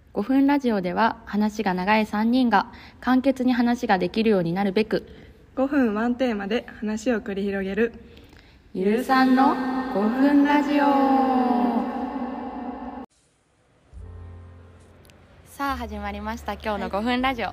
5分ラジオでは話が長い3人が簡潔に話ができるようになるべく 5分ワンテーマで話を繰り広げるゆるさんの5分ラジオ。さあ始まりました今日の5分ラジオ、 はい、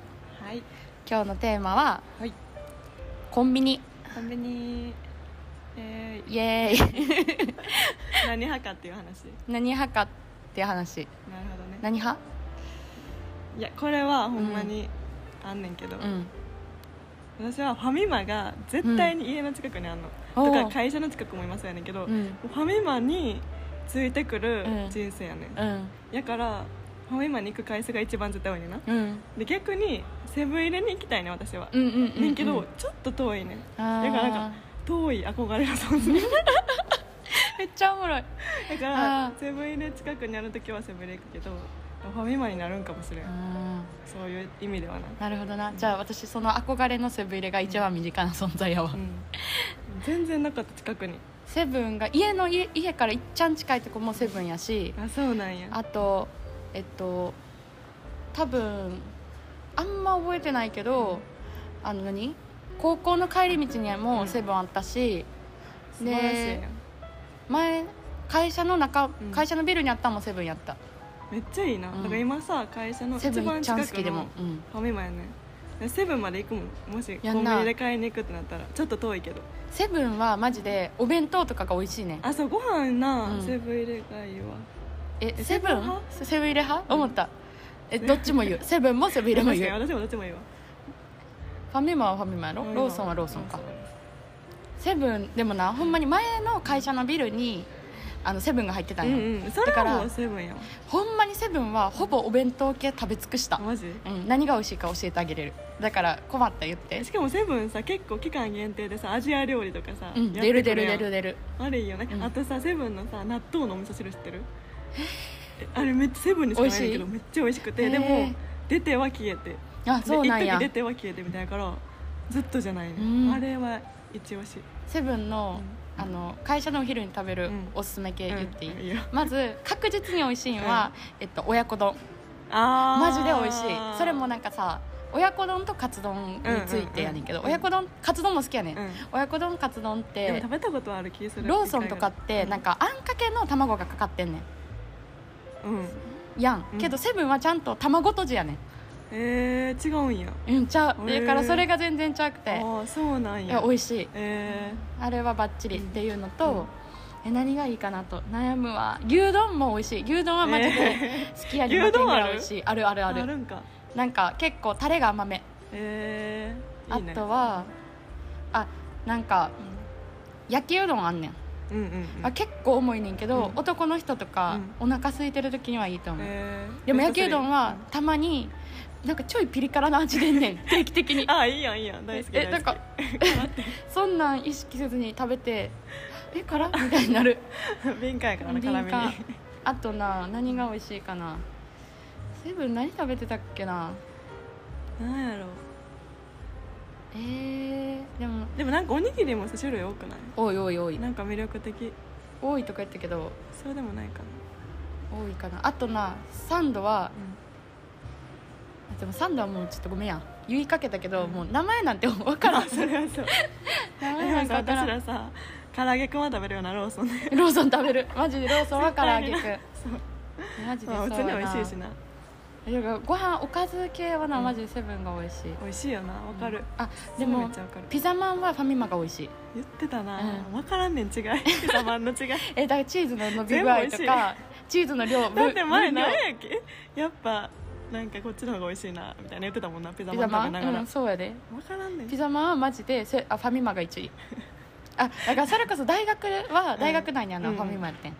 今日のテーマは、 はい、 コンビニ。 コンビニイエーイ何派かっていう話。 何派かっていう話。 なるほどね。 何派？ いやこれはほんまにあんねんけど、私はファミマが絶対に家の近くにあんの、とか会社の近くもいますよねんけど、ファミマについてくる人生やねん、やからファミマに行く回数が一番絶対多いねんな、で逆にセブン入れに行きたいねん私は、ねんけどちょっと遠いねん。だからなんか遠い憧れが存ずるめっちゃおもろい。 だからセブン入れ近くにあるときはセブン入れ行くけどファミマになるんかもしれん、そういう意味ではな。 なるほどな。じゃあ私その憧れのセブン入れが一番身近な存在やわ、 全然なかった近くに。 セブンが家からいっちゃん近いとこもセブンやし、 あ、そうなんや。 あと多分あんま覚えてないけど、高校の帰り道にもセブンあったし、で前会社のビルにあったのもセブンやった。 めっちゃいいな、だから今さ会社の一番近くのファミマやねん。セブンまで行くもん、もしコンビニで買いに行くってなったら。ちょっと遠いけどセブンはマジでお弁当とかが美味しいね。 あ、そう、ご飯な、セブン入れがいいわ。 セブン入れ派、思った。どっちも言う。セブンもセブン入れも言う。 私もどっちもいいわ。 ファミマはファミマやろ、ローソンはローソンか。セブンでもな、ほんまに前の会社のビルにセブンが入ってたんよ、 それはもうセブンや。 ほんまにセブンはほぼお弁当系食べ尽くした。 マジ？ 何が美味しいか教えてあげれる。だから困ったら言って。 しかもセブンさ結構期間限定でさアジア料理とかさ、 出るあれいいよね、あとさセブンのさ納豆のお味噌汁知ってる？あれめっちゃセブンにしかないんだけどめっちゃ美味しくて、でも出ては消えて、 あ、そうなんや。 一時出ては消えてみたいなからずっとじゃないね、あれは一押し。 セブンの会社のお昼に食べるおすすめ系言っていい？まず確実に美味しいのは、親子丼。マジで美味しい。それもなんかさ、親子丼とカツ丼についてやねんけど、親子丼カツ丼も好きやねん、親子丼カツ丼ってでも食べたことある気する。 ローソンとかってなんかあんかけの卵がかかってんねん、やん、けどセブンはちゃんと卵とじやねん。 違うんや。 ちゃう、だからそれが全然ちゃうくて。 あ、そうなんや。 いや美味しい、あれはバッチリっていうのと、何がいいかなと悩むわ。牛丼も美味しい。牛丼はマジで好きやに負けんぐらい美味しい。あるんか。 なんか結構タレが甘め。 いいね。 あとはなんか焼きうどんあんねん、結構重いねんけど、男の人とか、お腹空いてる時にはいいと思う、でも焼きうどんはたまになんかちょいピリ辛な味でんねん定期的に。 あ、いいやん大好きなんかそんなん意識せずに食べて辛みたいになる敏感やからな、辛みに。 あと何が美味しいかな。セブン何食べてたっけな。 何やろう。 でもなんかおにぎりもさ種類多くない？ 多い。 なんか魅力的。 多いとか言ったけどそうでもないかな。 多いかな。あとサンドは、でもサンドはもうちょっとごめんや言いかけたけど、もう名前なんて分からん。 それはそう名前なんか分からん。私らさ唐揚げくんは食べるようなローソンで。 ローソン食べる。マジでローソンは唐揚げくん。マジでそうやな。 普通に美味しいしな。 だからご飯おかず系はマジでセブンが美味しい。 美味しいよな、分かる。 でもピザマンはファミマが美味しい。 言ってたな、分からんねん違い。ピザマンの違い。 だからチーズの伸び具合とかチーズの量。 だって前何やっけ、やっぱなんかこっちの方が美味しいなみたいな言ってたもんな、ピザマン食べながら。 そうやで。 分からんねん。 ピザマンはマジでファミマが1位。だからそれこそ大学は大学内にファミマやってん。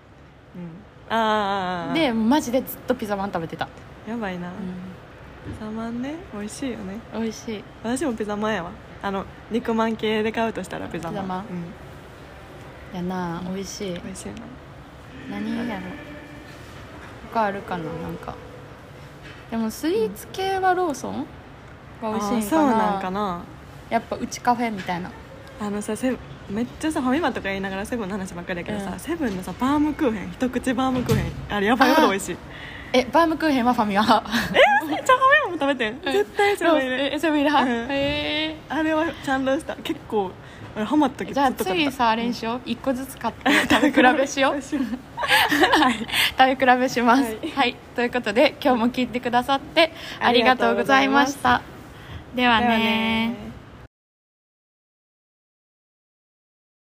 でマジでずっとピザマン食べてた。 やばいな。ピザマンね、美味しいよね。 美味しい。 私もピザマンやわ。肉まん系で買うとしたらピザマン。 やな、美味しい。 美味しいな。 何やろ他あるかな。なんかでもスイーツ系はローソンが美味しいんかな。 そうなんかな。 やっぱうちカフェみたいな。 めっちゃさファミマとか言いながらセブンの話ばっかりだけどさ、セブンのさバームクーヘン、一口バームクーヘン、あれやばいほど美味しい。 バームクーヘンはファミマ派。 じゃあファミマも食べてん、絶対セブン入れ。 セブン入れ派、 あれはちゃんとした、結構ハマった時じゃあ次さあれにしよう、1個ずつ買って食べ比べしよう食べ比べします。はい、ということで今日も聞いてくださってありがとうございました。ではね。